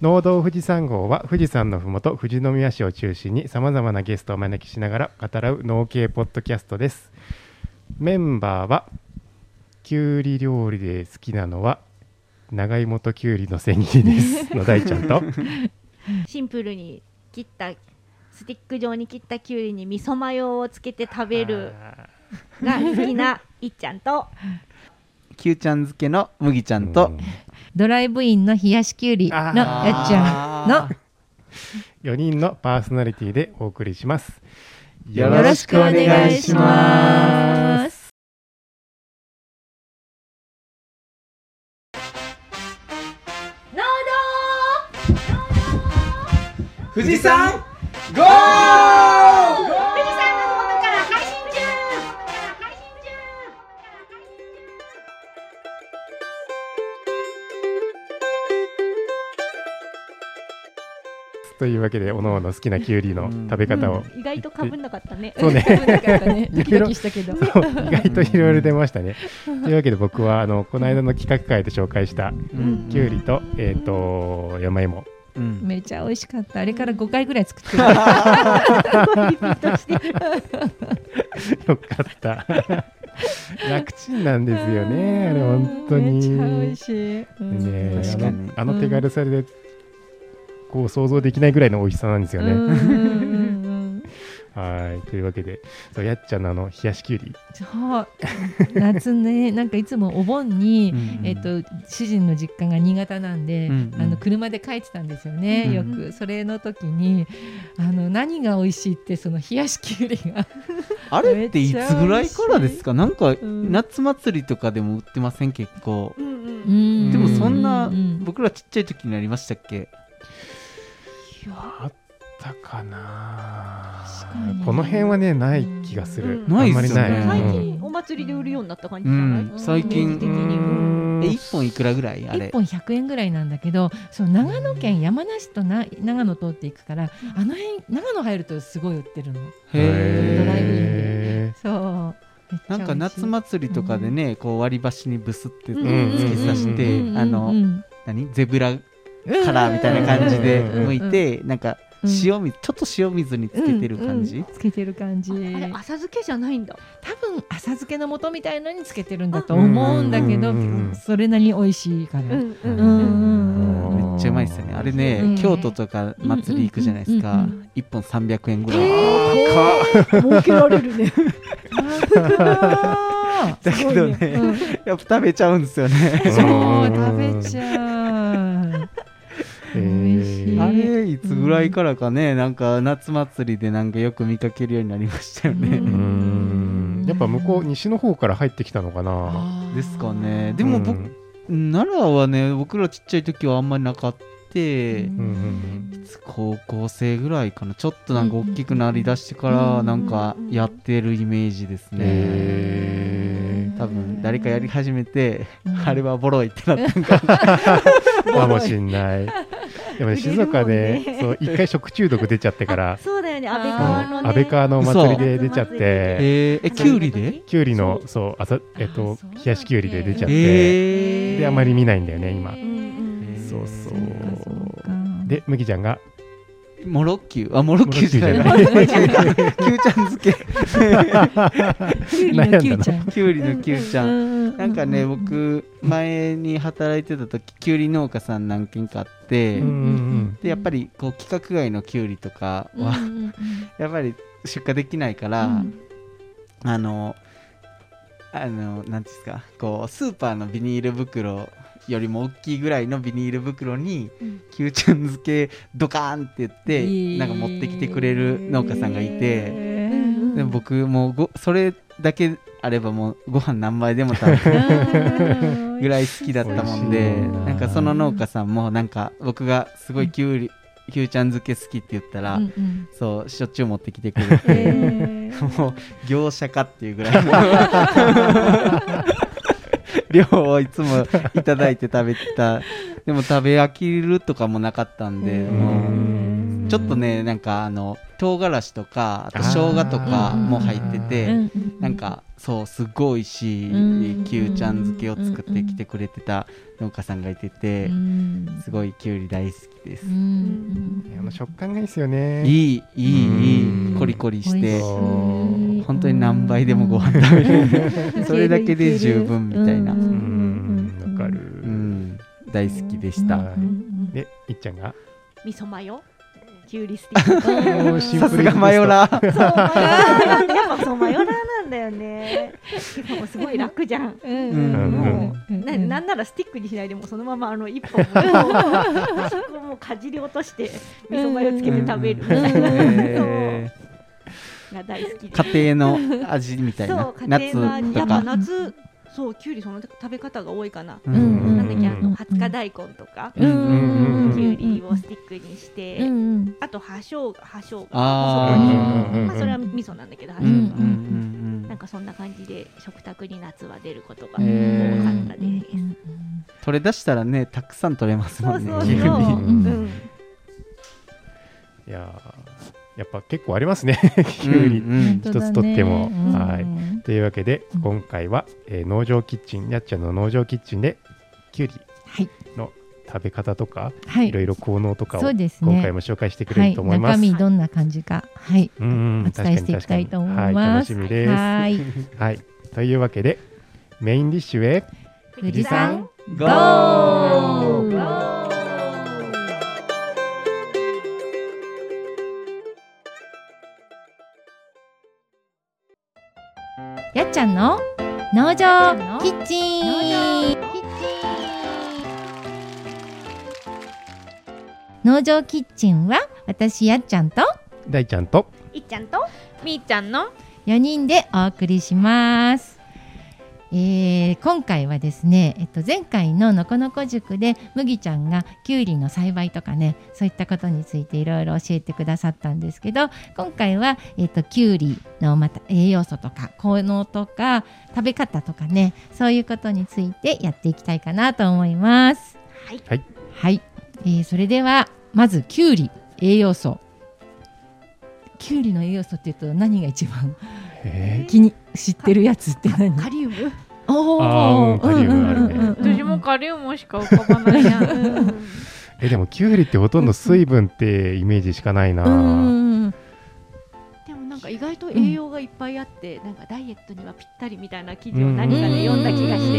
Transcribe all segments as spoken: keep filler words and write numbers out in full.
農道富士山号は富士山のふもと富士宮市を中心にさまざまなゲストをお招きしながら語らう農系ポッドキャストです。メンバーはきゅうり料理で好きなのは長芋ときゅうりの千切りですの大ちゃんとシンプルに切ったスティック状に切ったきゅうりに味噌マヨをつけて食べるが好きないっちゃんときゅうちゃん漬けの麦ちゃんと、うん、 ドライブインの冷やしきゅうりのやっちゃんのよにんのパーソナリティでお送りします。 よろしくお願いします。 農道富士山ゴー富士山の麓から配信中というわけでおのおの好きなきゅうりの食べ方を、 うん、意外とかぶんなかったね。 そうねかぶんなかったね。ドキドキしたけど意外といろいろ出ましたね。というわけで僕はあのこの間の企画会で紹介したきゅうりと、えーと山芋、 うん、めちゃ美味しかった。あれからごかいぐらい作ってる。 リピートしてよかった楽ちんなんですよね、あれ本当にめちゃ美味しい、うん、 ね、あの、あの手軽さでこう想像できないぐらいの美味しさなんですよね。うんうんうん、はいというわけでそうやっちゃんのあの冷やしきゅうり、 そう夏ねなんかいつもお盆にうん、うん、えー、と主人の実家が新潟なんで、うんうん、あの車で帰ってたんですよね、うんうん、よくそれの時にあの何が美味しいってその冷やしきゅうりがあれっていつぐらいからですか？なんか、うん、夏祭りとかでも売ってません結構、うんうん、でもそんな、うんうん、僕らちっちゃい時にありましたっけ？ あったかな。この辺はねない気がする、うん、 ないっすよね。 あんまりない。最近お祭りで売るようになった感じじゃない、うん、 最近的にえいっぽんいくらぐらい？あれいっぽんひゃくえんぐらいなんだけど、そう長野県山梨とな長野通っていくから、あの辺長野入るとすごい売ってるの。へドライブインでそうなんか夏祭りとかでね、うん、こう割り箸にブスって突き刺してあの何ゼブラカラーみたいな感じで剥いて、なんか塩水、ちょっと塩水につけてる感じ、 うんうん、つけてる感じ。あれ浅漬けじゃないんだ。 多分浅漬けの素みたいのにつけてるんだと思うんだけど、それなりに美味しいから、うんうんうん、めっちゃうまいですよねあれね、うん、京都とか祭り行くじゃないですか、うんうんうん、いっぽんさんびゃくえんぐらい、 えー、儲けられるねだけどね、うん、やっぱ食べちゃうんですよね。 そう食べちゃうえー、あれいつぐらいからかね、うん、なんか夏祭りでなんかよく見かけるようになりましたよね。 うーんやっぱ向こう西の方から入ってきたのかなですかね。でも僕、うん、奈良はね僕らちっちゃい時はあんまりなかった、うん、いつ高校生ぐらいかな、ちょっとなんか大きくなりだしてからなんかやってるイメージですね、えー、多分誰かやり始めて、うん、あれはボロいってなったんかかもしんないでもね静岡で、ね、そう一回食中毒出ちゃってからそうだよね、安倍川のね安倍川のお祭りで出ちゃって、 えー、えきゅうりできゅうりのそうあさえっと冷やしきゅうりで出ちゃって、えー、であまり見ないんだよね今、うんうん、そうそうで麦ちゃんがモロッキューあモロッキューじゃないキューちゃん漬けキュウリのキュウちゃんキュウリのキュウちゃんなんかね僕前に働いてた時キュウリ農家さん何軒かあって、うんうん、でやっぱりこう規格外のキュウリとかは、うんうん、やっぱり出荷できないから、うん、あのあのなんですかこうスーパーのビニール袋よりも大きいぐらいのビニール袋に、うん、キュウちゃん漬けドカーンって言って、えー、なんか持ってきてくれる農家さんがいて、えー、でも僕もうごそれだけあればもうご飯何杯でも食べるぐらい好きだったもんでなんかその農家さんもなんか僕がすごいキュウリ、うん、キュウちゃん漬け好きって言ったら、うんうん、そうしょっちゅう持ってきてくれて、えー、もう業者かっていうぐらいの量をいつもいただいて食べてた。でも食べ飽きるとかもなかったんで、もうちょっとねなんかあの唐辛子とかあと生姜とかも入っててなんかそうすっごい美味しいきゅうちゃん漬けを作ってきてくれてた農家さんがいててすごいきゅうり大好きです。 あの食感がいいですよね。 いいいいいいコリコリして本当に何倍でもご飯食べるそれだけで十分みたいな。わかる。 大好きでした。 でいっちゃんが味噌マヨきゅうりスティックさすがマヨラーそうマヨラーやっぱそうマヨラーなんだよね。でもすごい楽じゃん。もうな, なんならスティックにしないでもそのままあの一本ももうかじり落として味噌マヨつけて食べるみたいなが大好きです。 家庭の味みたいな。夏とかやっぱ夏そうきゅうりその食べ方が多いかな。なんだっけあのはつか大根とかきゅうりをスティックにしてあと葉生姜葉生姜まあそれは味噌なんだけど葉生姜なんかそんな感じで食卓に夏は出ることが多かったです。 取れ出したらねたくさん取れますもんね。 そうそうそう。 いややっぱ結構ありますねきゅうり一つとっても、はい、というわけで今回は、えー、農場キッチンやっちゃんの農場キッチンできゅうりの食べ方とか、はい、いろいろ効能とかを今回も紹介してくれると思います。 はい、中身どんな感じか、はい、うん、お伝えしていきたいと思います。 はい、楽しみです。はい、はい、というわけでメインディッシュへ富士山ゴー。 やっちゃんの農場キッチン。農場キッチンは私やっちゃんと大ちゃんといっちゃんとみーちゃんのよにんでお送りします。えー、今回はですね、えっと、前回ののこのこ塾で麦ちゃんがきゅうりの栽培とかねそういったことについていろいろ教えてくださったんですけど今回は、えっと、きゅうりのまた栄養素とか効能とか食べ方とかねそういうことについてやっていきたいかなと思います。 はい、 はいはいえー、それではまずきゅうり栄養素きゅうりの栄養素っていうと何が一番気に知ってるやつって何？ カリウム。 おー、カリウムあるね。 私もカリウムしか浮かばないな。 えでもきゅうりってほとんど水分ってイメージしかないな。 でもなんか意外と栄養がいっぱいあって、なんかダイエットにはぴったりみたいな記事を何かで読んだ気がして。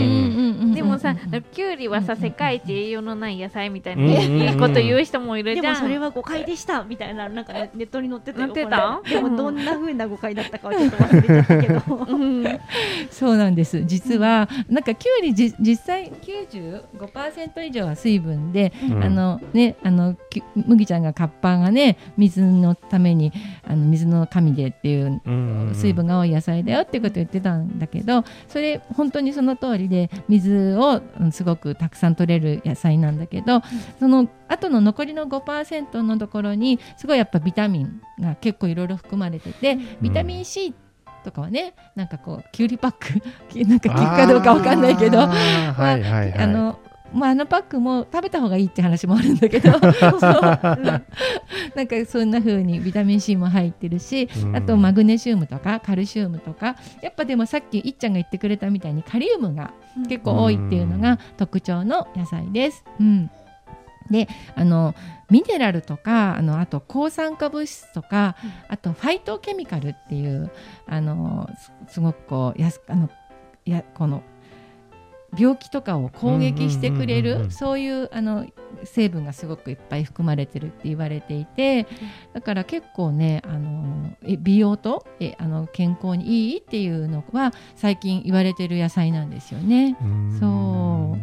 でもさ、きゅうりはさ世界一栄養のない野菜みたいなこと言う人もいるじゃん。 でもそれは誤解でしたみたいななんかネットに載ってたよ。 載ってた？ でもどんな風な誤解だったかはちょっと忘れちゃったけど。 そうなんです。実はなんかきゅうりじ実際 きゅうじゅうごパーセント 以上は水分で、うん、あのねあの麦ちゃんがカッパがね水のためにあの水の神でっていう水分が多い野菜だよっていうことを言ってたんだけどそれ本当にその通りで水をすごくたくさん取れる野菜なんだけどその後の残りの ごパーセント のところにすごいやっぱビタミンが結構いろいろ含まれててビタミン C とかはねなんかこうきゅうりパックなんか効くかどうかわかんないけどあのまあ、あのパックも食べた方がいいって話もあるんだけどそう、うん、なんかそんな風にビタミン C も入ってるし、うん、あとマグネシウムとかカルシウムとかやっぱでもさっきいっちゃんが言ってくれたみたいにカリウムが結構多いっていうのが特徴の野菜です、うん、であのミネラルとかあのあと抗酸化物質とか、うん、あとファイトケミカルっていうあの す, すごくこうやすあのやこの病気とかを攻撃してくれるそういうあの成分がすごくいっぱい含まれてるって言われていてだから結構ねあの美容とえあの健康にいいっていうのは最近言われてる野菜なんですよね。そう、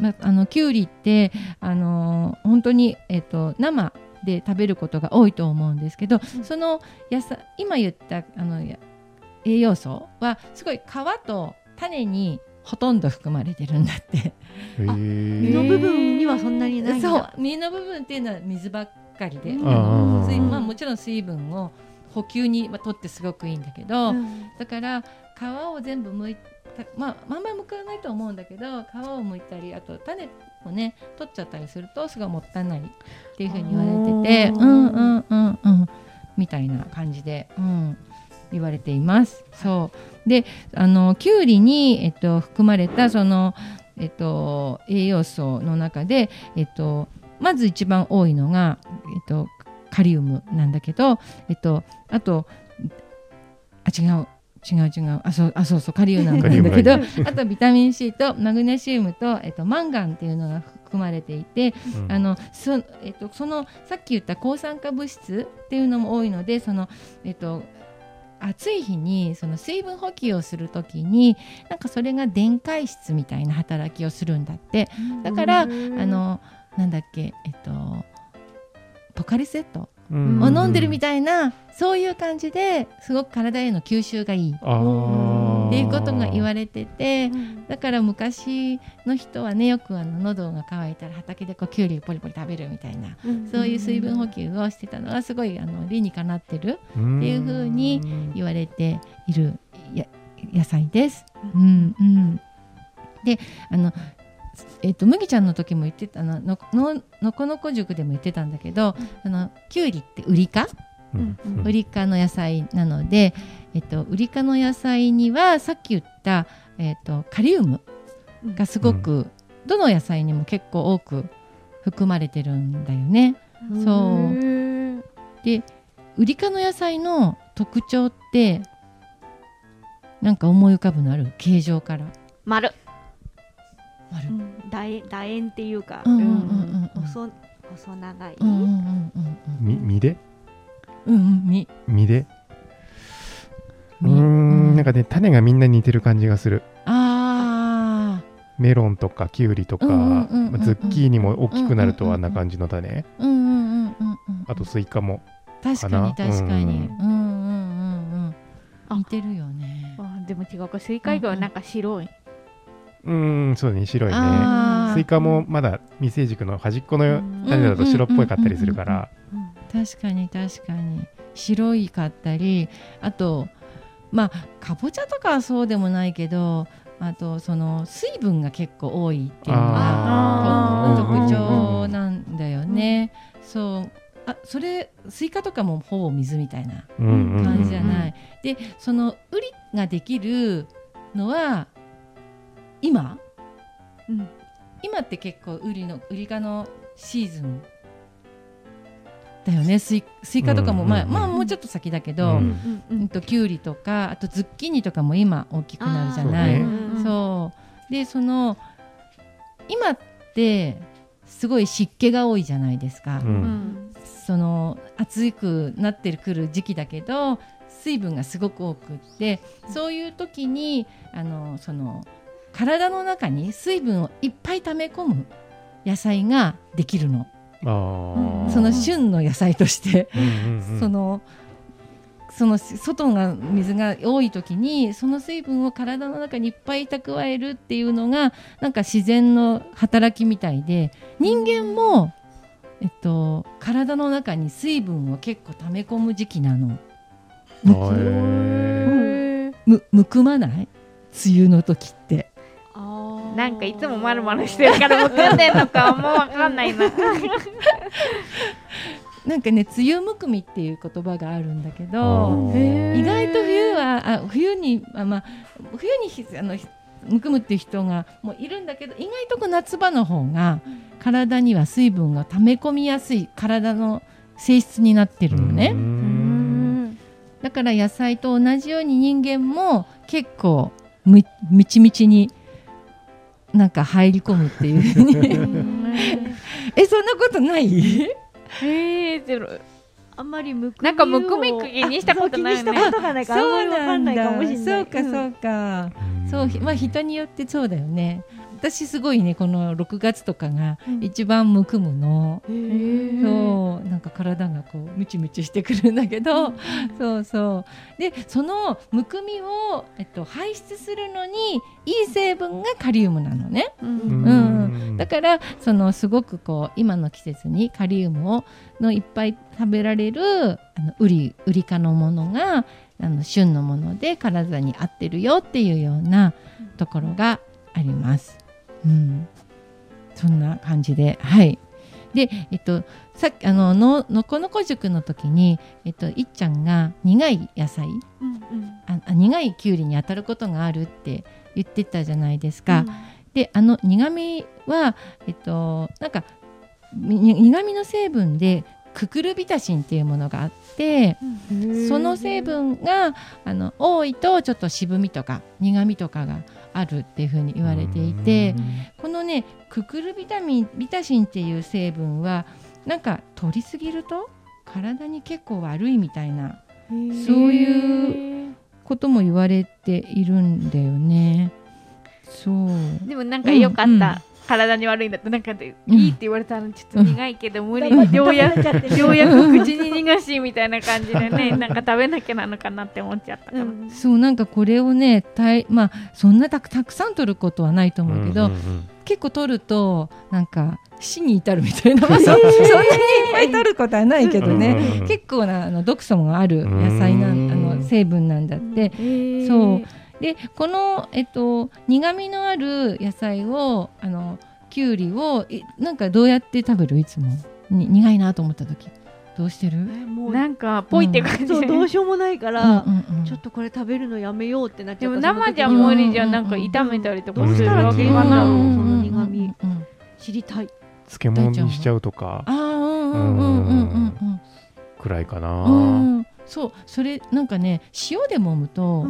ま、あのきゅうりってあの本当に、えっと、生で食べることが多いと思うんですけど、うん、その野菜今言ったあの栄養素はすごい皮と種にほとんど含まれてるんだって実の部分にはそんなにないんだ。 そう実の部分っていうのは水ばっかりで、うんあ水まあ、もちろん水分を補給に取ってすごくいいんだけど、うん、だから皮を全部剥いた、まあ、まんま剥かないと思うんだけど皮を剥いたりあと種をね取っちゃったりするとすごいもったいないっていうふうに言われてて、うんうんうんうんみたいな感じで、うん、言われています。そうで、あのきゅうりに、えっと、含まれたその、えっと、栄養素の中で、えっと、まず一番多いのが、えっと、カリウムなんだけど、えっと、あとあ違う違う違うあそうあそうそうカリウムなんだけどあとビタミン C とマグネシウムと、えっと、マンガンっていうのが含まれていて、うん、あの そ, えっと、そのさっき言った抗酸化物質っていうのも多いので、その、えっと、暑い日にその水分補給をするときになんかそれが電解質みたいな働きをするんだって。だからあのなんだっけ、えっと、ポカリスエットを飲んでるみたいな、そういう感じですごく体への吸収がいいっていうことが言われてて、だから昔の人はねよくあの喉が渇いたら畑でこうキュウリをポリポリ食べるみたたいな、そういう水分補給をしてたのはすごいあの理にかなってるっていうふうに言われているや野菜です。うんうん、であのえー、と麦ちゃんの時も言ってたの の, の, のこのこ塾でも言ってたんだけど、あのキュウリってウリ科、うんうん、ウリ科の野菜なので、えー、とウリ科の野菜にはさっき言った、えー、とカリウムがすごく、うん、どの野菜にも結構多く含まれてるんだよね。そうでウリ科の野菜の特徴ってなんか思い浮かぶのある？形状から丸うん、楕円楕円っていうか、 うんうんうんうん、 細, 細長い、 うんうんうんうん、 み実で、 うんうん、実実でうーん、なんかね種がみんな似てる感じがする。 あメロンとかキュウリとか、 うんうんうんうん、 ズッキーニも大きくなるとあんな感じの種、 うんうんうんうん、 あとスイカも確かに確かに、うんうんうんうん、似てるよね。 あでも違うか、スイカ以外はなんか白い、 うん、そうね、白いね。スイカもまだ未成熟の端っこの種だと白っぽいかったりするから。 確かに確かに白いかったり、あとまあかぼちゃとかはそうでもないけど、あとその水分が結構多いっていうのが特徴なんだよね。そうあそれスイカとかもほぼ水みたいな感じじゃない。でそのウリができるのは今、うん、今って結構ウリのウリ科のシーズンだよね。スイ、スイカとかも、うんうんうん、まあ、まあもうちょっと先だけど、うんうん、とキュウリとかあとズッキーニとかも今大きくなるじゃない。そうね、そうでその今ってすごい湿気が多いじゃないですか、うん、その暑くなってくる時期だけど水分がすごく多くって、そういう時にあのその体の中に水分をいっぱい溜め込む野菜ができるの。あその旬の野菜としてうんうん、うん、そのその外が水が多い時にその水分を体の中にいっぱい蓄えるっていうのがなんか自然の働きみたいで、人間も、えっと、体の中に水分を結構溜め込む時期なの。む, む, むくまない？梅雨の時ってなんかいつもまるまるしてるからむくんでんのかもうわかんないななんかね梅雨むくみっていう言葉があるんだけど、意外と冬はあ冬にあ、まあ、冬にあのむくむっていう人がもういるんだけど、意外と夏場の方が体には水分が溜め込みやすい体の性質になってるのね。だから野菜と同じように人間も結構むみちみちになんか入り込むっていう風にえそんなことない？ えー、ゼロあんまりむくみなんかむくみ気にしたことないね。 そう気にしたことがないからあんまりわかんないかもしれない。 そうかそうか、うん、そうまあ人によってそうだよね。私すごいねこのろくがつとかが一番むくむの、うん、そうなんか体がこうムチムチしてくるんだけど、うん、そうそうでそのむくみを、えっと、排出するのにいい成分がカリウムなのね、うんうん、だからそのすごくこう今の季節にカリウムをのいっぱい食べられるあのウリ、ウリ科のものがあの旬のもので体に合ってるよっていうようなところがあります。うん、 そんな感じで、はい。で、えっと、さっきあのののこのこ塾の時に、えっと、いっちゃんが苦い野菜、うんうん、ああ苦いきゅうりに当たることがあるって言ってたじゃないですか。うん、で、あの苦味は、えっと、なんか苦味の成分でククルビタシンっていうものがあって、うん、その成分があの多いとちょっと渋みとか苦味とかがあるっていうふうに言われていて、このねククルビタミンビタシンっていう成分はなんか摂りすぎると体に結構悪いみたいな、そういうことも言われているんだよね。そうでもなんか良かった、うんうん、体に悪いんだってなんかで、うん、いいって言われたらちょっと苦いけど無理、うん、ようやくようやく口に逃がしみたいな感じでねなんか食べなきゃなのかなって思っちゃったから、うん、 そうなんかこれをねたい、まあ、そんなた く, たくさん取ることはないと思うけど、うんうんうん、結構取るとなんか死に至るみたいな、まあ、そ, そんなにいっぱい取ることはないけどね、うんうん、結構なあの毒素がある野菜な、うん、あの成分なんだって、うん、そうでこの、えっと、苦味のある野菜をあのきゅうりをなんかどうやって食べる？いつもに苦いなと思った時どうしてる？ もうなんかポイって感じ、うん、 そうどうしようもないから、うんうんうん、ちょっとこれ食べるのやめようってなっちゃった。 でも生じゃ無理じゃん、なんか炒めたりとかするわけかな、その苦味、うんうん、知りたい。 漬物にしちゃうとかあーうんうんうんうんうんくらいかな、 うんそうそれなんかね塩で揉むと、うん、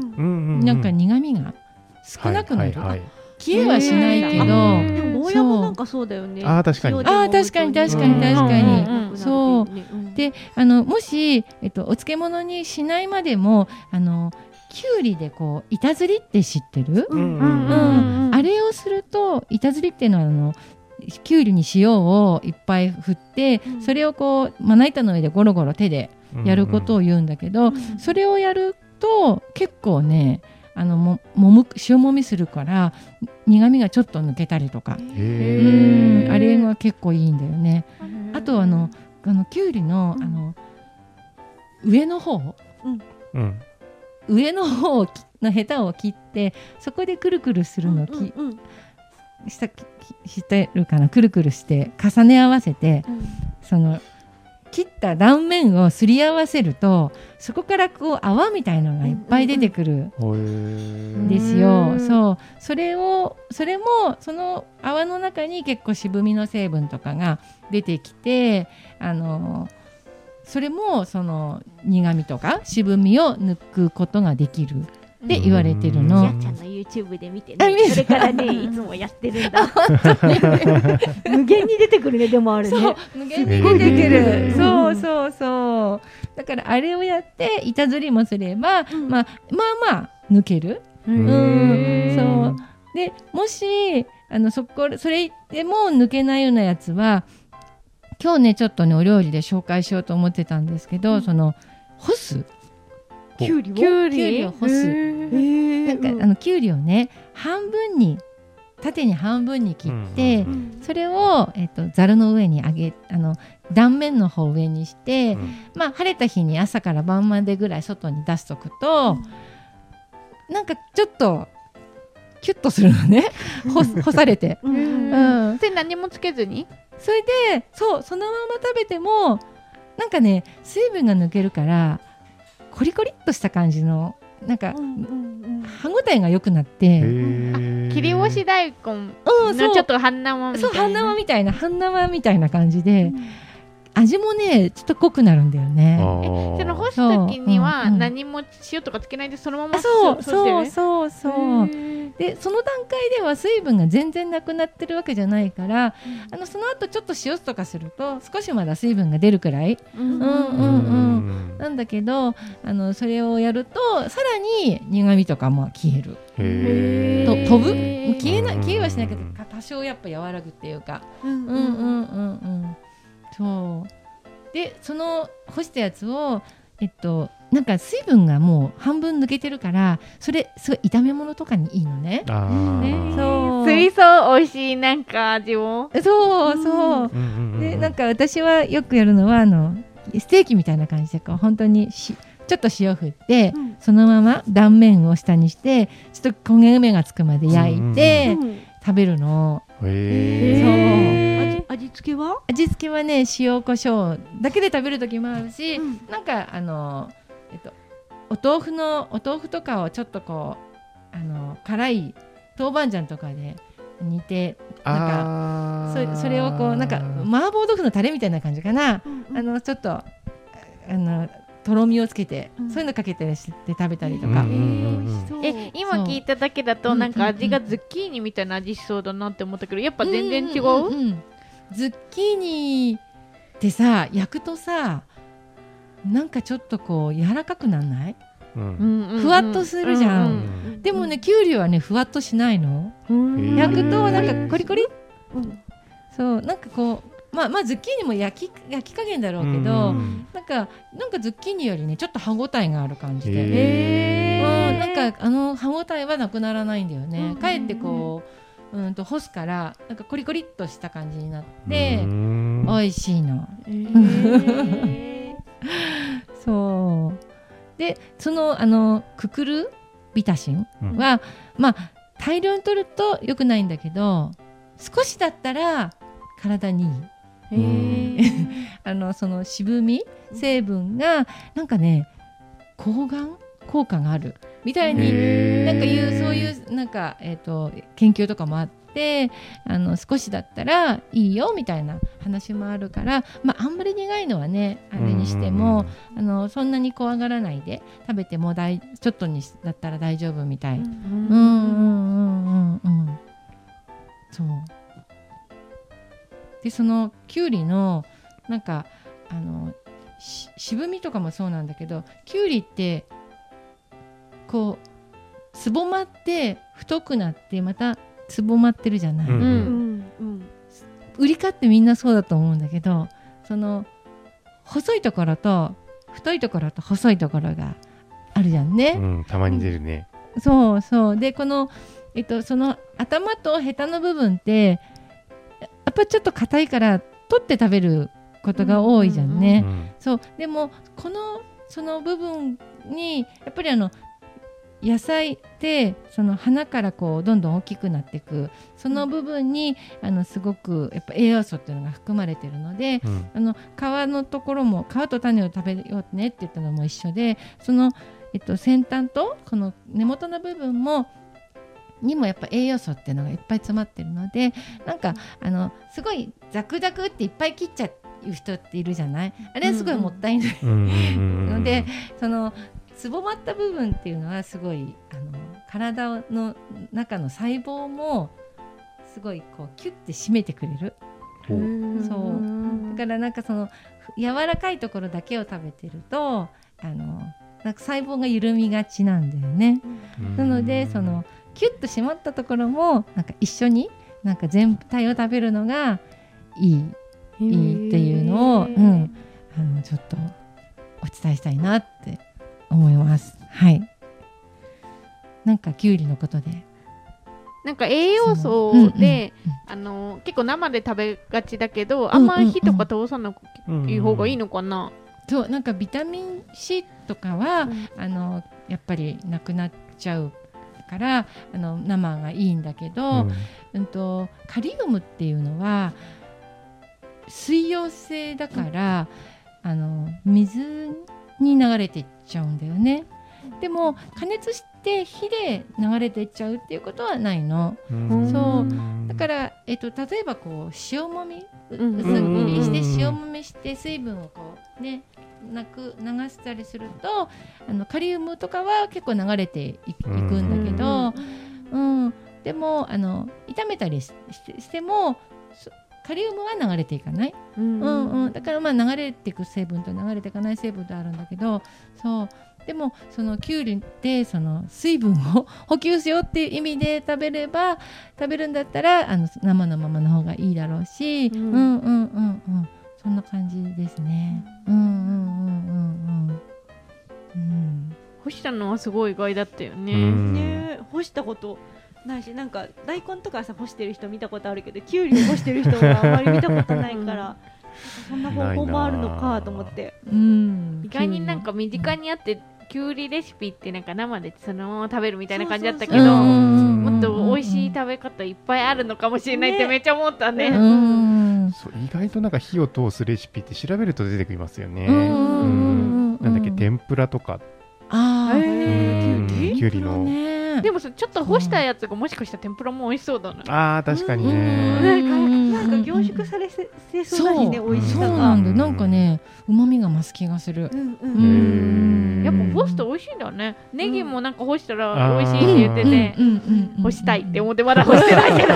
なんか苦味が少なくなる、はいはいはい、消えはしないけど、でもゴーヤもなんかそうだよね。 あ確かにあ確かに確かに確かに、そうであのもし、えっと、お漬物にしないまでもあのきゅうりでこう板ずりって知ってる？うんうんうん、あれをすると板ずりっていうのはあのきゅうりに塩をいっぱい振って、うん、それをこうまな板の上でゴロゴロ手でやることを言うんだけど、うんうん、それをやると結構ねあのももむ塩もみするから苦味がちょっと抜けたりとか、うんあれが結構いいんだよね。あとあのあのきゅうりの、うん、あの上の方、うん、上の方のヘタを切ってそこでくるくるするのをき、うんうんうんしたしてるかなくるくるして重ね合わせて、うん、その切った断面をすり合わせるとそこからこう泡みたいのがいっぱい出てくるんですよ、うん、そうそれをそれもその泡の中に結構渋みの成分とかが出てきてあのそれもその苦味とか渋みを抜くことができるって言われてるの。 やっちゃんの YouTube で見てね、それからねいつもやってるんだ無限に出てくるね。でもあれねそう無限に出てくる、そうそうそうだからあれをやって板ずりもすれば、うん、まあ、まあまあ抜ける、うん、そうでもしあのそこそれでも抜けないようなやつは今日ねちょっとねお料理で紹介しようと思ってたんですけど、うん、その干すきゅうりをきゅうりを干すなんかあのきゅうりをね半分に縦に半分に切って、うん、それを、えっと、ざるの上に上げあの断面の方を上にして、うん、まあ晴れた日に朝から晩までぐらい外に出しとくと、うん、なんかちょっとキュッとするのね干, 干されて、うんうん、それ何もつけずにそれでそうそのまま食べてもなんかね水分が抜けるからコリコリっとした感じのなんか、うんうんうん、歯ごたえが良くなって切り干し大根のちょっと半生みたいな、 そう半生みたいな半生みたいな感じで、うん、味もねちょっと濃くなるんだよね。 その干す時には何も塩とかつけないでそのままそうそうそうそうでその段階では水分が全然なくなってるわけじゃないから、うん、あのその後ちょっと塩とかすると少しまだ水分が出るくらい、うんうんうんうん、なんだけどあのそれをやるとさらに苦味とかも消える。へーと飛ぶ消えな消えはしないけど多少やっぱ和らぐっていうか、うんうんうんうんうんそうでその干したやつをえっとなんか水分がもう半分抜けてるからそれすごい炒め物とかにいいのね。あねそう水槽美味しいなんか味もそうそう、うん、でなんか私はよくやるのはあのステーキみたいな感じでこう本当にしちょっと塩振って、うん、そのまま断面を下にしてちょっと焦げ目がつくまで焼いて、うんうんうん、食べるのへー。そう味付けは味付けはね塩コショウだけで食べる時もあるし、うん、なんかあの、えっと、お豆腐のお豆腐とかをちょっとこうあの辛い豆板醤とかで煮てなんか そ, それをこうなんか麻婆豆腐のタレみたいな感じかな、うんうん、あのちょっとあのとろみをつけて、うん、そういうのかけてして食べたりとか、 え今聞いただけだとなんか味がズッキーニみたいな味しそうだなって思ったけどやっぱ全然違う、うんうんうん、 ズッキーニってさ焼くとさなんかちょっとこう柔らかくなんない、うん、ふわっとするじゃん、うんうん、でもねきゅうりはねふわっとしないの、うん、焼くとなんかコリコリ、うん、そうなんかこうまあ、まあズッキーニも焼き、焼き加減だろうけど、うん、なんかなんかズッキーニよりねちょっと歯ごたえがある感じで、へー、うん、なんかあの歯ごたえはなくならないんだよね、うん、かえってこう、うん、と干すからなんかコリコリっとした感じになって美味しいの、へーそうでそのあのククルビタシンは、うん、まあ大量に摂ると良くないんだけど少しだったら体にいいあのその渋み成分がなんかね抗がん効果があるみたいになんかいうそういうなんか、えーと、研究とかもあってあの少しだったらいいよみたいな話もあるから、まあ、あんまり苦いのはねあれにしてもあのそんなに怖がらないで食べても大ちょっとにだったら大丈夫みたい。うんうんうんうんうんそうでそのきゅうりのなんかあの渋みとかもそうなんだけどきゅうりってこうつぼまって太くなってまたつぼまってるじゃない、うんうんうん、売り買ってみんなそうだと思うんだけどその細いところと太いところと細いところがあるじゃんね、うん、 たまに出るね、 うん、そうそうでこの、えっと、その頭とヘタの部分ってやっぱちょっと硬いから取って食べることが多いじゃんね、うんうんうん、そうでもこのその部分にやっぱりあの野菜ってその花からこうどんどん大きくなっていくその部分にあのすごくやっぱ栄養素っていうのが含まれているので、うん、あの皮のところも皮と種を食べようねって言ったのも一緒でその、えっと、先端とこの根元の部分もにもやっぱ栄養素っていうのがいっぱい詰まってるのでなんかあのすごいザクザクっていっぱい切っちゃう人っているじゃないあれはすごいもったいない、うん、のでそのつぼまった部分っていうのはすごいあの体の中の細胞もすごいこうキュッて締めてくれるそうだからなんかその柔らかいところだけを食べてるとあのなんか細胞が緩みがちなんだよねなのでそのキュッと締まったところもなんか一緒になんか全体を食べるのがいいいいっていうのを、うん、あのちょっとお伝えしたいなって思います。はい。なんかきゅうりのことで。 なんか栄養素で、うんうんうん、あの結構生で食べがちだけど、うんうんうん、あんまり火とか通さない方がいいのかな。うんうん、 そうなんかビタミン C とかは、うん、あのやっぱりなくなっちゃう。からあの生がいいんだけど、うんうん、とカリウムっていうのは水溶性だから、うん、あの水に流れていっちゃうんだよねでも加熱して火で流れていっちゃうっていうことはないのそうだから、えっと、例えばこう塩もみ薄切りして塩もみして水分をこうねなく流したりするとあのカリウムとかは結構流れて い, いくんだけど、うんうん、でもあの炒めたり し, してもカリウムは流れていかない、うんうんうん、だからまあ流れていく成分と流れていかない成分とあるんだけどそうでもそのきゅうりってその水分を補給しようっていう意味で食べれば食べるんだったらあの生のままの方がいいだろうし、うん、うんうんうんうんそんな感じですね。うんうんうんうんうん。 うん、干したのはすごい意外だったよね。 ね干したことないし、なんか大根とかさ干してる人見たことあるけど、きゅうりを干してる人はあんまり見たことないから、そんな方法もあるのかと思って。 うん、意外になんか身近にあって。きゅうりレシピってなんか生でそのまま食べるみたいな感じだったけどもっと美味しいい食べ方いっぱいあるのかもしれないってめっちゃ思ったね。 うん、 そう意外となんか火を通すレシピって調べると出てきますよね。 うんうんなんだっけ天ぷらとかあー、 うんキュウリきゅうりのね、 でもさちょっと干したやつがもしかしたら天ぷらも美味しそうだな。 あー確かにうんねなんかなんか凝縮されせせそうだしね、美味しそうさが。 なんだ、なんかね旨味が増す気がする。 うんううんんやっぱ干すと美味しいんだよね。ネギもなんか干したら美味しいって言ってて、 うんうんうん、 干したいって思ってまだ干してないけど。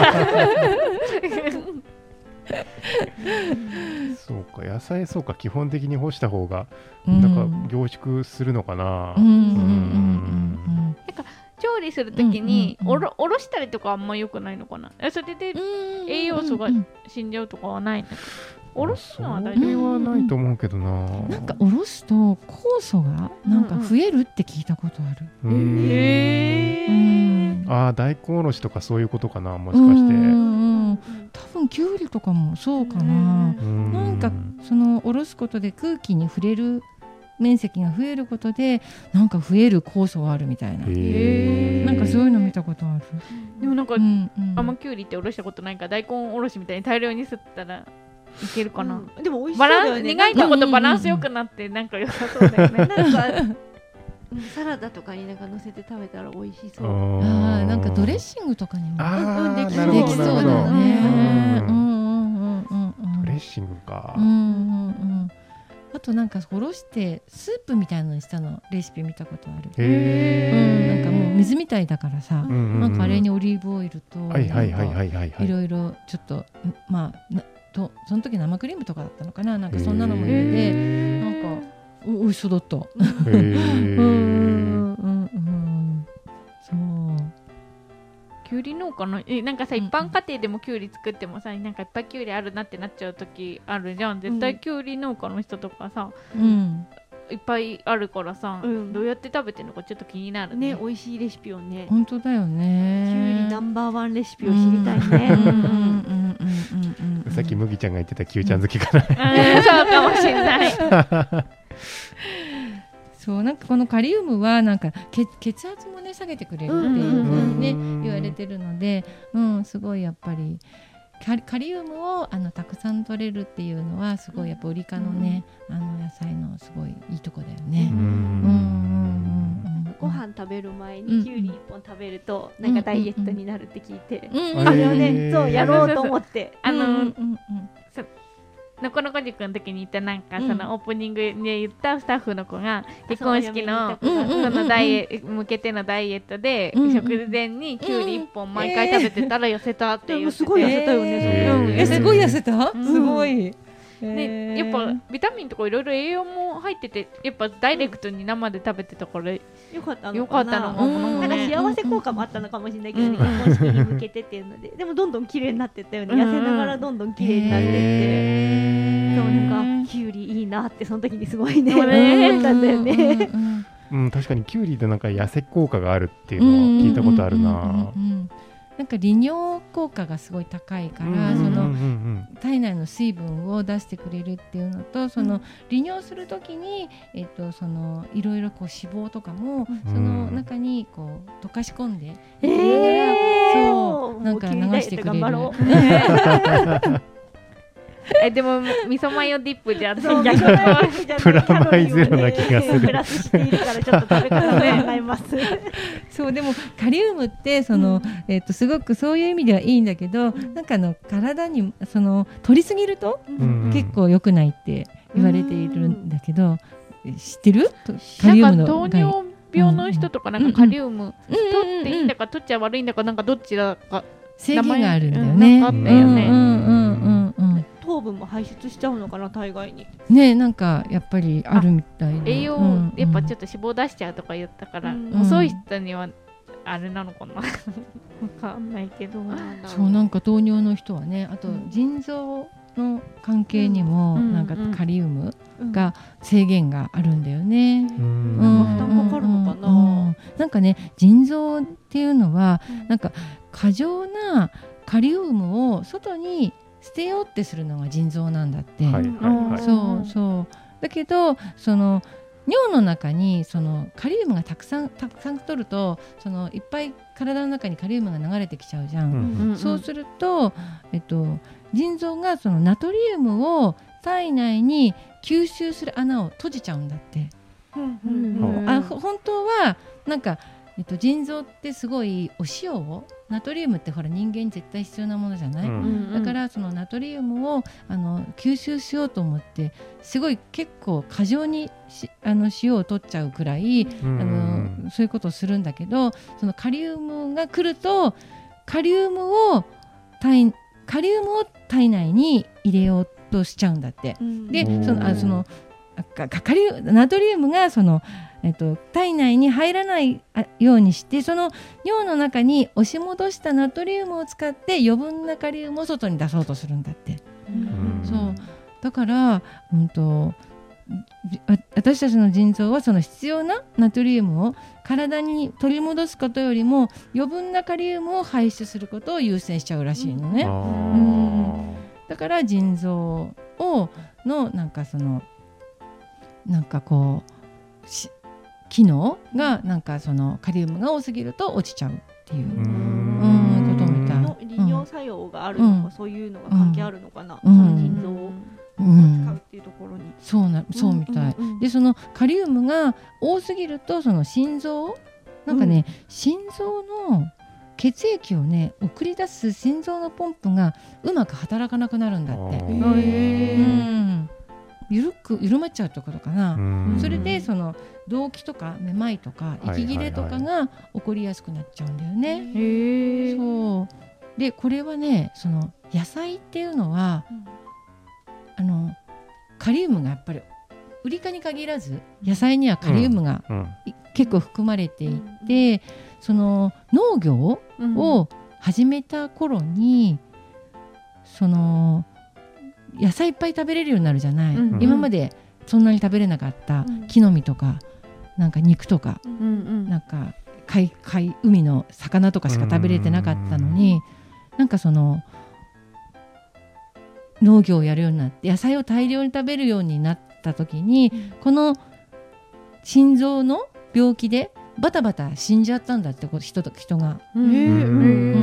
そうか野菜そうか基本的に干した方がうんなんか凝縮するのかな。 うんうんうんうん調理するときにうんうんうんおろおろしたりとかあんま良くないのかな。えそれでうん栄養素がうん死んじゃうとかはないの。おろすのはそ大丈れはないと思うけどな。 なんかおろすと酵素がなんか増えるって聞いたことある。 う夫。 んへうーんああ大根おろしとかそういうことかなもしかして。 うんうんうん多分きゅうりとかもそうかな。 うんなんかそのおろすことで空気に触れる面積が増えることでなんか増える酵素があるみたいな。 へーなんかそういうの見たことある。 でもなんかうんうんあんまきゅうりっておろしたことないから大根おろしみたいに大量にすったらいけるかな。 うんでも美味しそバうだよね。 ランス苦いとことバランス良くなってなんか良さそうだよね。 なんかうんサラダとかになんか乗せて食べたら美味しそう。 あーなんかドレッシングとかにもあうんできそうーなるほできそうだどなるほど。 ね。ううんんうんうんうんうんドレッシングか。 うんうんうんあとなんかおろしてスープみたいなのにしたのレシピ見たことある。 へうん、 ーなんかもう水みたいだからさ、 うんうんうんなんかあれにオリーブオイルとはいはいはいはいはいはいいろいろちょっとんまあなとその時生クリームとかだったのかななんかそんなのも入れてなんかお美味しそうだった。 へーうんうんうんそうきゅうり農家のえなんかさ、 うん一般家庭でもきゅうり作ってもさなんかいっぱいきゅうりあるなってなっちゃう時あるじゃん。絶対きゅうり農家の人とかさ、 うんいっぱいあるからさ、 うんどうやって食べてるのかちょっと気になるね。 ね、美味しいレシピをね。 本当だよきゅうりね。 ナンバーワンレシピを知りたいうんうんね。 うんうんうんうんさっき麦ちゃんが言ってたキューちゃん好きかな。 うんそうかもしれない。 そうなんかこのカリウムはなんか血血圧もね下げてくれるっていうふうにねうん言われてるので、うんすごいやっぱりカリカリウムをあのたくさん取れるっていうのはすごいやっぱウリ科のね、あの野菜のすごいいいとこだよね。 ううんんうんうんうんご飯食べる前うんにきゅうりいっぽん食べるとなんかダイエットになるって聞いて、 うんうんあれをへねーそうやろうと思って。 あの、 うんうんうんのこのこ塾の時に言ったなんか、 うんそのオープニングで言ったスタッフの子が結婚式のそうお嫁に行った子がそのダイエ向けてのダイエットで、 うん食前にきゅうりいっぽん毎回食べてたら痩せたって言ってて、 でもすごい痩せたよねそれへーうんえすごい痩せた、 うんすごい。 ね、やっぱビタミンとかいろいろ栄養も入っててやっぱダイレクトに生で食べてたから、 よかったのよかったのかうんもなんかね。 幸せ効果もあったのかもしれないけどね、 うん結婚式に向けてっていうので、でもどんどん綺麗になってったよね、 うん痩せながらどんどん綺麗になってって、 へーそうなんかきゅうりいいなってその時にすごいねそうね思ったんだよね。 うんうん確かにキュウリでなんか痩せ効果があるっていうのは聞いたことあるな。 うんうんうんうんなんか利尿効果がすごい高いから、 うんうんうそのん体内の水分を出してくれるっていうのとその利尿するときに、えっと、そのいろいろこう脂肪とかも、 うんその中にこう溶かし込んで、 えー、 そうなんか流してくれるもうきゅうりダイエット頑張ろうえでも味噌マヨディップじゃそう逆にプラマイゼロな気がするプラスしているからちょっと食べ方を考えます。 そうでもカリウムってその、えっと、すごくそういう意味ではいいんだけど、 んなんかあの体にその取りすぎるとうん結構良くないって言われているんだけど、知ってるとカリウムなんかの糖尿病の人とかなんかカリウム害取っていいんだか取っちゃ悪いんだかなんかどっちだか制限があるんだよね。 名前うんなんかあったよねうんうんうんうん糖分も排出しちゃうのかな大概に。 ねなんかやっぱりあるみたいで栄養うんやっぱちょっと脂肪出しちゃうとか言ったから、 うん細い人にはあれなのかなわかんないけどそうなんか糖尿の人はねあとうん腎臓の関係にもうんなんかカリウムうんが制限があるんだよね。 うんうん負担かかるのかなうんうんなんかね腎臓っていうのはうんなんか過剰なカリウムを外に捨てようってするのが腎臓なんだって。 はいはいはい。 そうそうだけどその尿の中にそのカリウムがたくさんたくさん取るとそのいっぱい体の中にカリウムが流れてきちゃうじゃん、うんうん、そうすると、えっと、腎臓がそのナトリウムを体内に吸収する穴を閉じちゃうんだって、うんうんうん、あ本当はなんか、えっと、腎臓ってすごいお塩をナトリウムってほら人間に絶対必要なものじゃない、うん、だからそのナトリウムをあの吸収しようと思ってすごい結構過剰にあの塩を取っちゃうくらい、うん、あのそういうことをするんだけどそのカリウムが来るとカリウムを体カリウムを体内に入れようとしちゃうんだって、うん、でそのあそのカリナトリウムがそのえっと、体内に入らないようにしてその尿の中に押し戻したナトリウムを使って余分なカリウムを外に出そうとするんだって、うん、そうだから、うんと、私たちの腎臓はその必要なナトリウムを体に取り戻すことよりも余分なカリウムを排出することを優先しちゃうらしいのね、うん、だから腎臓をのなんかそのなんかこうし機能がなんかそのカリウムが多すぎると落ちちゃうっていううんことみたい。 利尿作用があるのか、うん、そういうのが関係あるのかな、うん、その腎臓を使うっていうところに、うん、 そうなそうみたい、うんうんうん、でそのカリウムが多すぎるとその心臓なんかね、うん、心臓の血液をね送り出す心臓のポンプがうまく働かなくなるんだって。へー、うん緩く緩まっちゃうってことかな。それでその動悸とかめまいとか息切れとかが起こりやすくなっちゃうんだよね、はいはいはい、へそうでこれはねその野菜っていうのは、うん、あのカリウムがやっぱりウリ科に限らず野菜にはカリウムが、うんうん、結構含まれていて、うん、その農業を始めた頃にその野菜いっぱい食べれるようになるじゃない、うんうん、今までそんなに食べれなかった木の実とかなんか肉とか、うんうん、なんか海, 海海の魚とかしか食べれてなかったのに、うん、なんかその農業をやるようになって野菜を大量に食べるようになった時に、うん、この心臓の病気でバタバタ死んじゃったんだって人と人が、うんうん、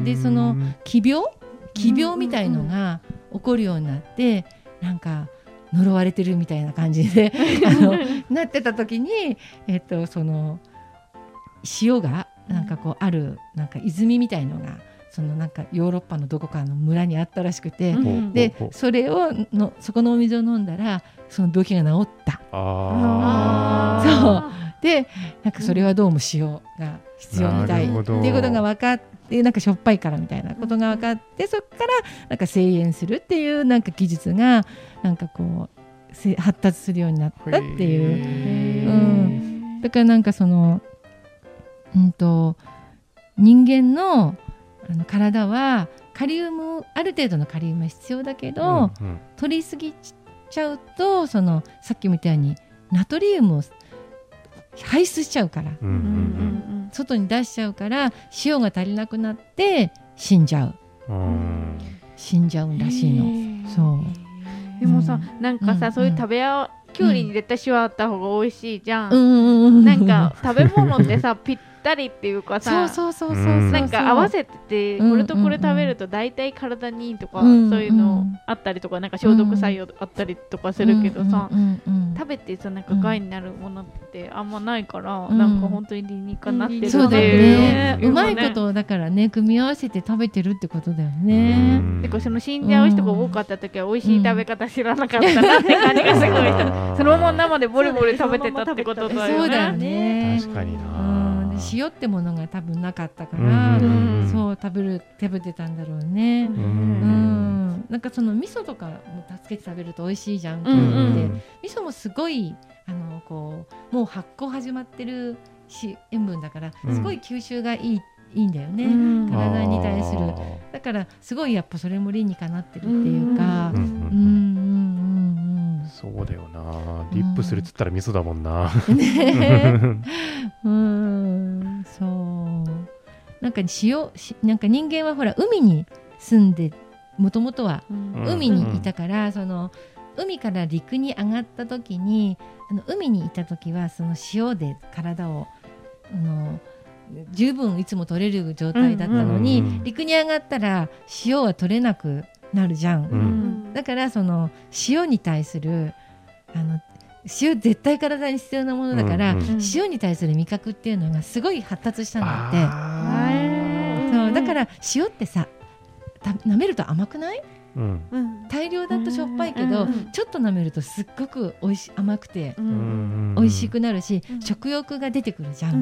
でその奇病奇病みたいのが起こるようになってなんか呪われてるみたいな感じであのなってた時に、えっと、その塩がなんかこうあるなんか泉みたいのがそのなんかヨーロッパのどこかの村にあったらしくて、うん、でそれをのそこのお水を飲んだらその病気が治った。あそうでなんかそれはどうも塩が必要みたいっていうことが分かってなんかしょっぱいからみたいなことが分かってそこからなんか精塩するっていうなんか技術がなんかこう発達するようになったっていう、うん、だからなんかその、うんと、人間の、あの体はカリウムある程度のカリウムは必要だけど、うんうん、取りすぎちゃうとそのさっきみたいにナトリウムを排出しちゃうから、うんうんうん、外に出しちゃうから塩が足りなくなって死んじゃう、うん、死んじゃうらしいの。そうでもさ、うん、なんかさ、うん、そういう食べ合うきゅうりに絶対塩あった方が美味しいじゃん、うん、なんか食べ物ってさぴったりっていうかさそうそうそうそうそうなんか合わせててこれとこれ食べると大体体にいいとか、うんうん、そういうのあったりとかなんか消毒作用あったりとかするけどさ、うんうんうんうん、食べてさなんか害になるものってあんまないから、うん、なんか本当に理にかなってるっていう、 そうだよね、うまいことだからね組み合わせて食べてるってことだよね、うん、 でその死んじゃう人が多かった時は美味しい食べ方知らなかったなって感じがすごいしたそのまま生でボリボリ食べてたってことだよね。 そうだよね確かにな、 うん、塩ってものが多分なかったから、うん、そう食べる食べてたんだろうね、うんうん、なんかその味噌とかもつけて食べると美味しいじゃん、うんうん、味噌もすごいあのこうもう発酵始まってるし塩分だからすごい吸収がいい、うん、いいんだよね、うん、体に対するだからすごいやっぱそれも理にかなってるっていうか、うんうんうん、 そうだよなディップするっつったら味噌だもんな、 ねうんそうなんか塩なんか人間はほら海に住んでもともとは海にいたから、うん、その海から陸に上がった時にあの海にいた時はその塩で体をあの十分いつも取れる状態だったのに、うんうん、陸に上がったら塩は取れなくなるじゃん、うん、だからその塩に対するあの塩絶対体に必要なものだから、うんうん、塩に対する味覚っていうのがすごい発達したんだって。そうだから塩ってさ舐めると甘くない？うん、大量だとしょっぱいけど、うん、ちょっと舐めるとすっごくおいし甘くて、うん、美味しくなるし、うん、食欲が出てくるじゃん、うん、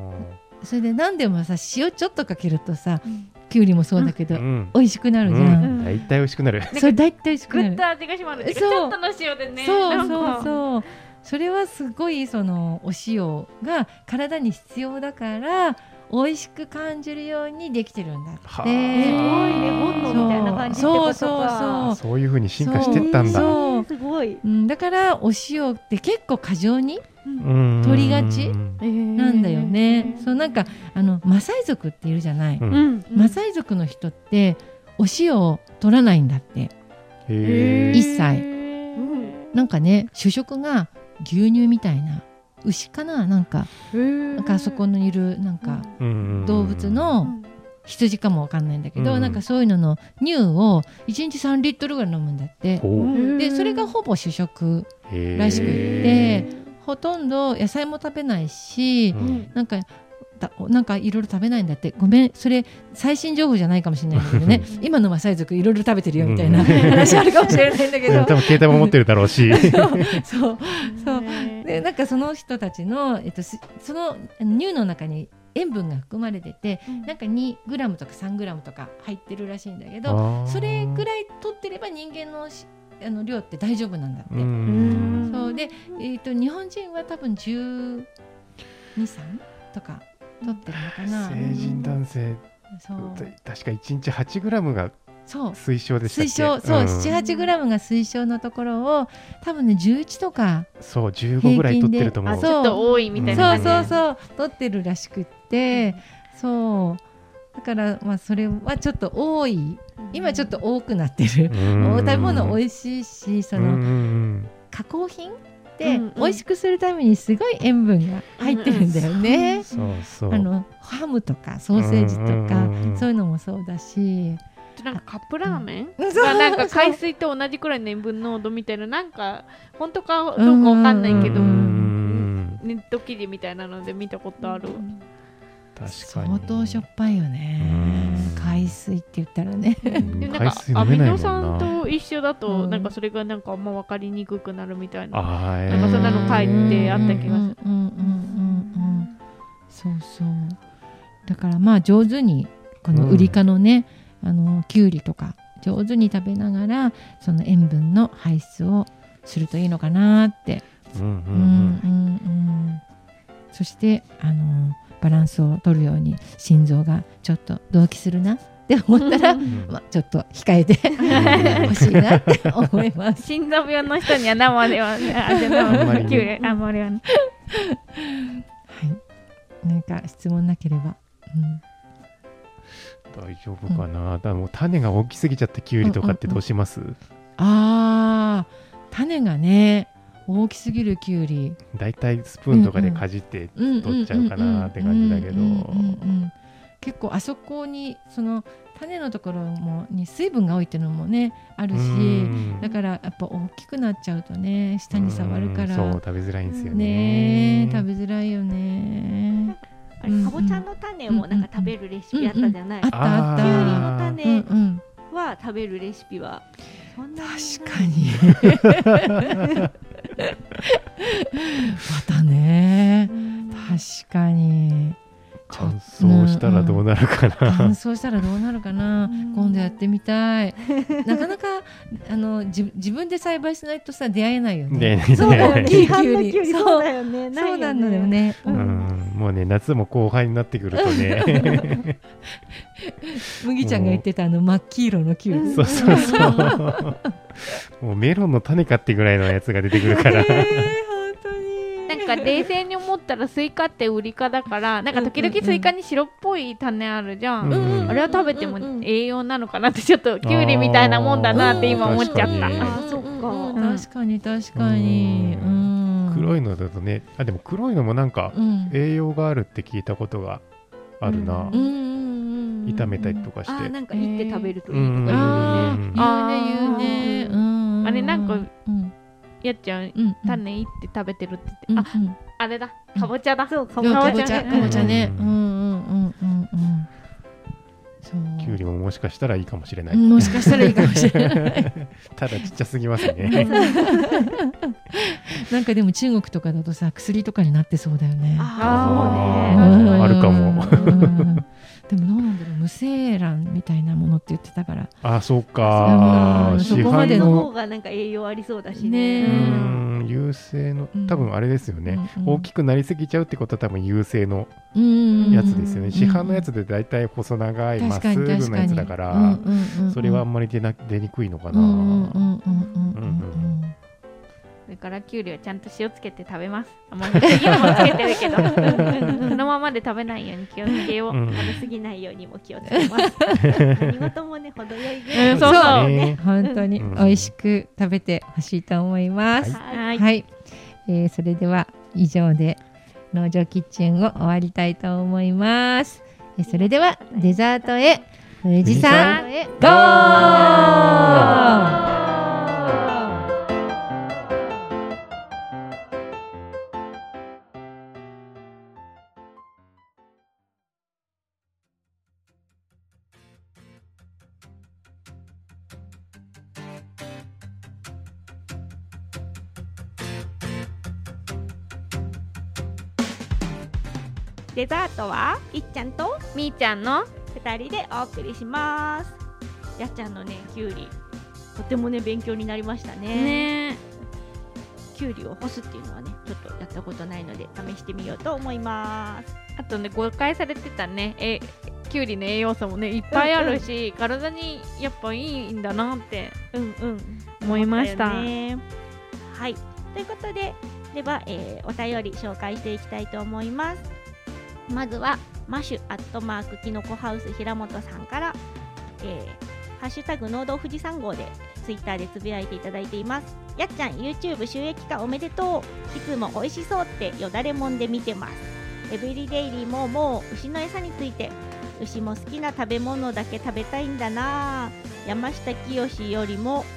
それで何でもさ塩ちょっとかけるとさ、うん、きゅうりもそうだけど、うん、美味しくなるじゃん、うん、 だいたい美味しくなる。 そうだいたい美味しくなる。 グッと味が締まる。ちょっとの塩でね。 そうそうそう。それはすごいそのお塩が体に必要だから美味しく感じるようにできてるんだって。すごいね、本能みたいな感じってことか。そうそうそう。そういう風に進化してったんだ。 そうすごい、 うん、だからお塩って結構過剰に取りがちなんだよね。そうなんかあのマサイ族っているじゃない、うん、マサイ族の人ってお塩を取らないんだって。へ一切、うん、なんかね主食が牛乳みたいな牛かななんかなんかあそこにいるなんか動物の羊かもわかんないんだけど、うん、なんかそういうのの乳をいちにちさんリットルぐらい飲むんだって。でそれがほぼ主食らしくってほとんど野菜も食べないし、うん、なんかなんかいろいろ食べないんだって。ごめんそれ最新情報じゃないかもしれないんだけどね今のマサイ族いろいろ食べてるよみたいな話あるかもしれないんだけど多分携帯も持ってるだろうしそうそうそうでなんかその人たちの、えっと、その乳の中に塩分が含まれてて、うん、なんかにグラムとかさんグラムとか入ってるらしいんだけどそれぐらい取ってれば人間のあの量って大丈夫なんだって。うんそうで、えっと、日本人は多分じゅうに、さんとか取ってるのかな。 成人男性そう確かいちにちはちグラムが推奨でしたっけ。 推奨そう、うん、ななはちグラムが推奨のところを多分ねじゅういちとかそうじゅうごぐらい取ってると思う。 あちょっと多いみたいな、 うん、そうそうそう取ってるらしくって、うん、そうだからまあそれはちょっと多い今ちょっと多くなってる、うん、食べ物美味しいしその、うん、加工品で、うんうん、美味しくするためにすごい塩分が入ってるんだよね、うんうん、そうそうあのハムとかソーセージとか、うんうん、そういうのもそうだしなんかカップラーメン、うん、がなんか海水と同じくらいの塩分濃度みたいななんか本当かどうかわかんないけど、うん、ネット記事みたいなので見たことある、うん確かに相当しょっぱいよね海水って言ったらねでもなんかアミノ酸と一緒だと、うん、なんかそれがなんかあんま分かりにくくなるみたいな、うん、なんかそんなの書いてあった気がする。 そうそうだからまあ上手にこのウリ科のね、うん、あのキュウリとか上手に食べながらその塩分の排出をするといいのかなってそしてあのバランスを取るように心臓がちょっと動悸するなって思ったら、うんまあ、ちょっと控えてほしいなって思います心臓病の人には生ではあんまりはねはいなんか質問なければ、うん、 大丈夫かな、うん、だからもう種が大きすぎちゃってキュウリとかってどうします、うんうんうん、 あー種がね大きすぎるキュウリだいたいスプーンとかでかじって取っちゃうかなって感じだけど結構あそこにその種のところもに水分が多いっていうのもねあるしだからやっぱ大きくなっちゃうとね下に触るからそう食べづらいんですよねね食べづらいよねあれかぼちゃの種もなんか食べるレシピあったじゃない、 あったあったキュウリの種は食べるレシピはそんなに確かにまたね確かに乾燥したらどうなるかな、うんうん、 乾燥したらどうなるかな今度やってみたいなかなかあのじ自分で栽培しないとさ出会えないよねそうだよねキュウリそうだよねそうなんだよね、 うんうん、もうね夏も後半になってくるとね麦ちゃんが言ってたあの真っ黄色のキュウリそうそうそうもうメロンの種かってぐらいのやつが出てくるから、えーなんか冷静に思ったらスイカってウリ科だからなんか時々スイカに白っぽい種あるじゃん、うんうん、あれは食べても栄養なのかなってちょっとキュウリみたいなもんだなって今思っちゃった。 あそっか、 うんうん、確かに確かに、うん、 黒いのだとね、あでも黒いのもなんか栄養があるって聞いたことがあるな、うん、炒めたりとかして、あなんかいって食べるといいとか言うね、あ言うね言うね、うん、 あれなんか、うん、やっちゃん、うん、種いって食べてるって言って、うん、ああれだかぼちゃだ、 そうかぼちゃかぼちゃかぼちゃね、うんうんうんうんうんきゅうりももしかしたらいいかもしれない、 もしかしたらいいかもしれないただちっちゃすぎますねなんかでも中国とかだとさ薬とかになってそうだよね。 ああ、ね、あるかもでもどうなんだろう、無精卵みたいなものって言ってたから、 あそうか、 そこまでの方がなんか栄養ありそうだしね、 うん、優勢の多分あれですよね、うん、大きくなりすぎちゃうってことは多分優勢のやつですよね、市販のやつでだいたい細長いまっすぐのやつだから、それはあんまり出な出にくいのかな。 だからきゅうりはちゃんと塩つけて食べます。あ、まあ、今もつけてるけどそのままで食べないように気をつけよう、うん、 食べ過ぎないようにも気をつけます何事もね程よいぐらい、 うん、そうそうね、本当に美味しく食べてほしいと思います、 はいはいはい、えー、それでは以上で農場キッチンを終わりたいと思います。えー、それではデザートへ富士山ゴー。 デザートはいっちゃんとみーちゃんのふたりでお送りします。やっちゃんのねきゅうりとてもね勉強になりましたね。ね、きゅうりを干すっていうのはねちょっとやったことないので試してみようと思います。 あとね誤解されてたねえきゅうりの栄養素もねいっぱいあるし、うんうん、体にやっぱいいんだなってうんうん思いました、 ね、はい、ということででは、えー、お便り紹介していきたいと思います。まずはマシュアットマークきのこハウス平本さんから、えー、ハッシュタグ農道富士山号でツイッターでつぶやいていただいています。やっちゃん YouTube 収益化おめでとう、いつも美味しそうってよだれもんで見てます。エブリデイリーももう牛の餌について、牛も好きな食べ物だけ食べたいんだな。山下清よりも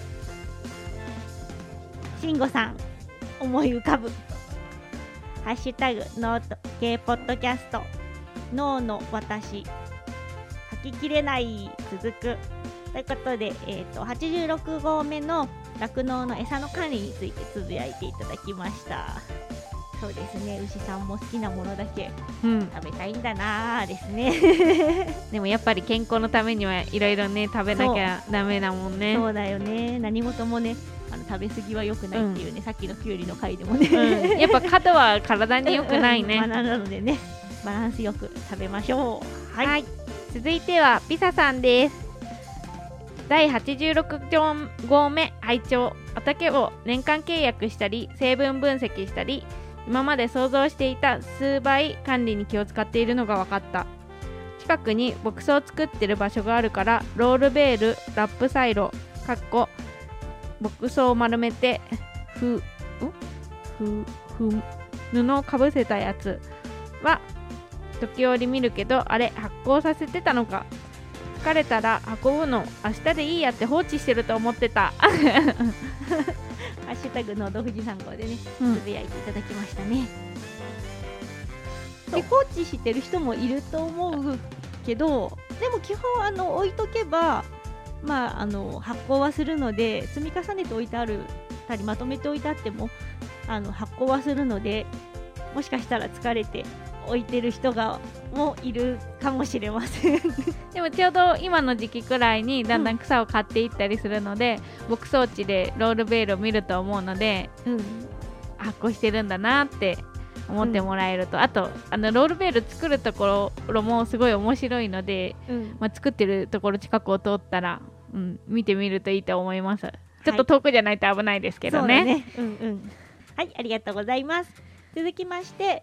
慎吾さん思い浮かぶ。ハッシュタグノート系ポッドキャスト脳の私吐ききれない続くということで、えー、とはちじゅうろくごうめの酪農の餌の管理についてつぶやいていただきました。そうですね、牛さんも好きなものだけ食べたいんだなですね、 うん、でもやっぱり健康のためにはいろいろね食べなきゃダメだもんね。 そうだよね、何事もねあの食べ過ぎは良くないっていうね、うん、さっきのきゅうりの回でもね、 うん、やっぱ角は体に良くないね、 うん、なのでねバランスよく食べましょう。はい、はい、 続いてはピサさんです。だいはちじゅうろくごうめ拝聴。畑を年間契約したり成分分析したり今まで想像していた数倍管理に気を使っているのが分かった。近くに牧草を作ってる場所があるからロールベール、ラップサイロかっこ牧草を丸めてふふふ布をかぶせたやつは時折見るけど、あれ発酵させてたのか。疲れたら運ぶの明日でいいやって放置してると思ってたハッシュタグ農道富士山号でねつぶやいていただきましたね、うん、で放置してる人もいると思うけど、でも基本あの置いとけばまあ、あの発酵はするので、積み重ねておいてあるたりまとめておいてあってもあの発酵はするので、もしかしたら疲れて置いてる人がもいるかもしれませんでもちょうど今の時期くらいにだんだん草を刈っていったりするので、うん、牧草地でロールベールを見ると思うので、うん、発酵してるんだなって思ってもらえると、うん、あとあのロールベール作るところもすごい面白いので、うんまあ、作ってるところ近くを通ったら、うん、見てみるといいと思います。ちょっと遠くじゃないと危ないですけどね。 はい、そうだね、うんうん、はい、ありがとうございます。続きまして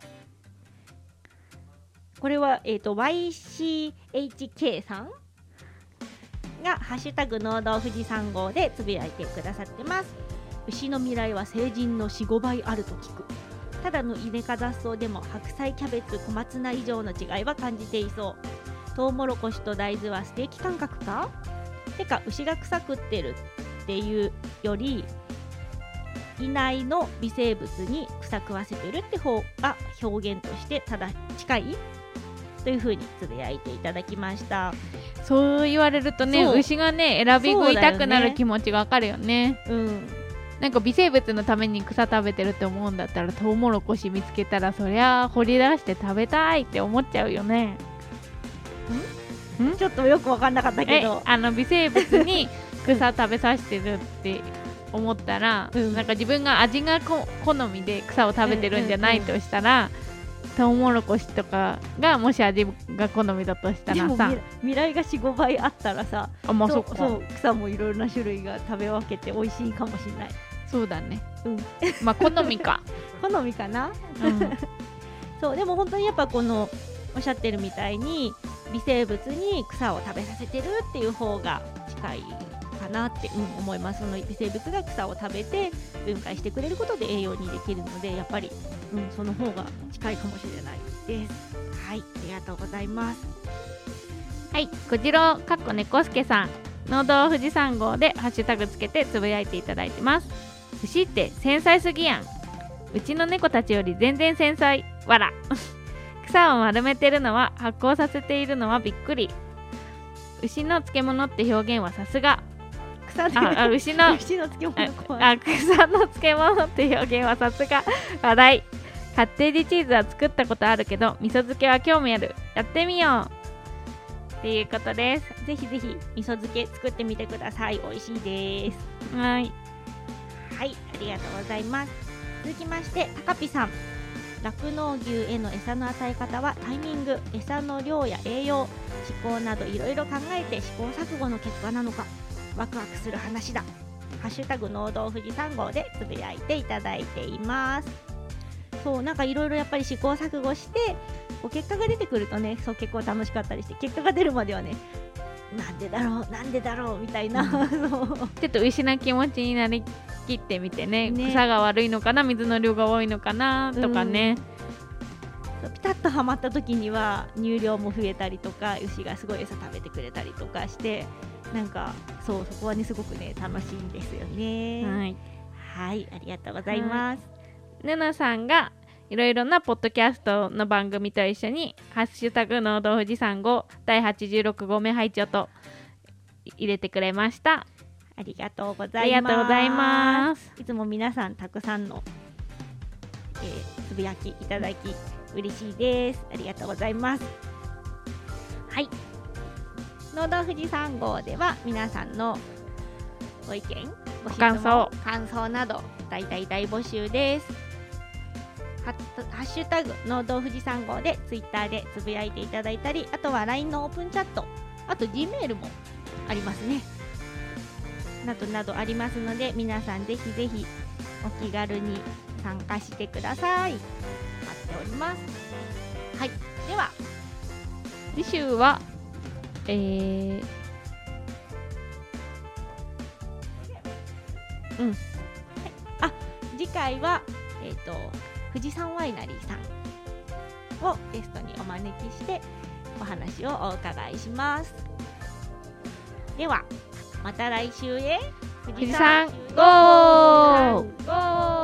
これは、えー、と ワイシーエイチケー さんがハッシュタグ農道富士山号でつぶやいてくださってます。 牛の未来は成人の よん,ご 倍あると聞く。ただのイネ科雑草でも白菜、キャベツ、小松菜以上の違いは感じていそう。トウモロコシと大豆はステーキ感覚か。てか牛が草食ってるっていうよりいないの微生物に草食わせてるって方が表現としてただ近いというふうにつぶやいていただきました。 そう言われるとね、牛がね選び食いたくなる気持ちがわかるよね。 うん、 なんか微生物のために草食べてるって思うんだったらトウモロコシ見つけたらそりゃ掘り出して食べたいって思っちゃうよね。 んんちょっとよく分かんなかったけど、 あの微生物に草食べさせてるって思ったら、うん、なんか自分が味がこ好みで草を食べてるんじゃないとしたら、うんうんうん、トウモロコシとかがもし味が好みだとしたらさ、 未来が よん,ご 倍あったらさ、 あ、まあ、そっか、 そう草もいろいろな種類が食べ分けて美味しいかもしれない。 そうだね、 うん、 まあ好みか好みかな、うん、そうでも本当にやっぱこのおっしゃってるみたいに微生物に草を食べさせてるっていう方が近いかなって、うん、思います。その微生物が草を食べて分解してくれることで栄養にできるので、やっぱり、うん、その方が近いかもしれないです。はい、ありがとうございます。 はい、こじろうかっこ猫助さん、農道富士山号でハッシュタグつけてつぶやいていただいてます。牛って繊細すぎやん。うちの猫たちより全然繊細わら草を丸めてるのは発酵させているのはびっくり。牛の漬物って表現はさすが。 草でああ牛の牛の漬物怖い。 あ草の漬物って表現はさすが。話題。カッテージチーズは作ったことあるけど味噌漬けは興味ある。やってみようっていうことです。 ぜひぜひ味噌漬け作ってみてください。美味しいです。 はいはい、ありがとうございます。続きましてたかぴさん、酪農牛への餌の与え方はタイミング、餌の量や栄養、思考などいろいろ考えて試行錯誤の結果なのか、ワクワクする話だ。ハッシュタグ農道富士山号でつぶやいていただいています。そうなんかいろいろやっぱり試行錯誤してこう結果が出てくるとね、そう結構楽しかったりして、結果が出るまではね、なんでだろうなんでだろうみたいな、うん、そうちょっと牛な気持ちになりきってみて ね, ね草が悪いのかな、水の量が多いのかなとかね、 うん、ピタッとはまった時には乳量も増えたりとか、牛がすごい餌食べてくれたりとかして、なんかそうそこはねすごくね楽しいんですよね。 はい、 はい、ありがとうございます。 ぬなさんがいろいろなポッドキャストの番組と一緒にハッシュタグ農道富士山号だいはちじゅうろく号目拝聴と入れてくれました。 ありがとうございます。 ありがとうございます。 いつも皆さんたくさんの、えー、つぶやきいただき嬉しいです。ありがとうございます。はい、農道富士山号では皆さんのご意見、ご質問、 感想感想など大大大募集です。ハッシュタグ農道富士山号でツイッターでつぶやいていただいたり、あとは ライン のオープンチャット、あと G メールもありますね、などなどありますので、皆さんぜひぜひお気軽に参加してください。待っております。はい、では次週はえー、 うん、はい、あ次回はえっと富士山ワイナリーさんをゲストにお招きしてお話をお伺いします。ではまた来週へ富士山ゴー！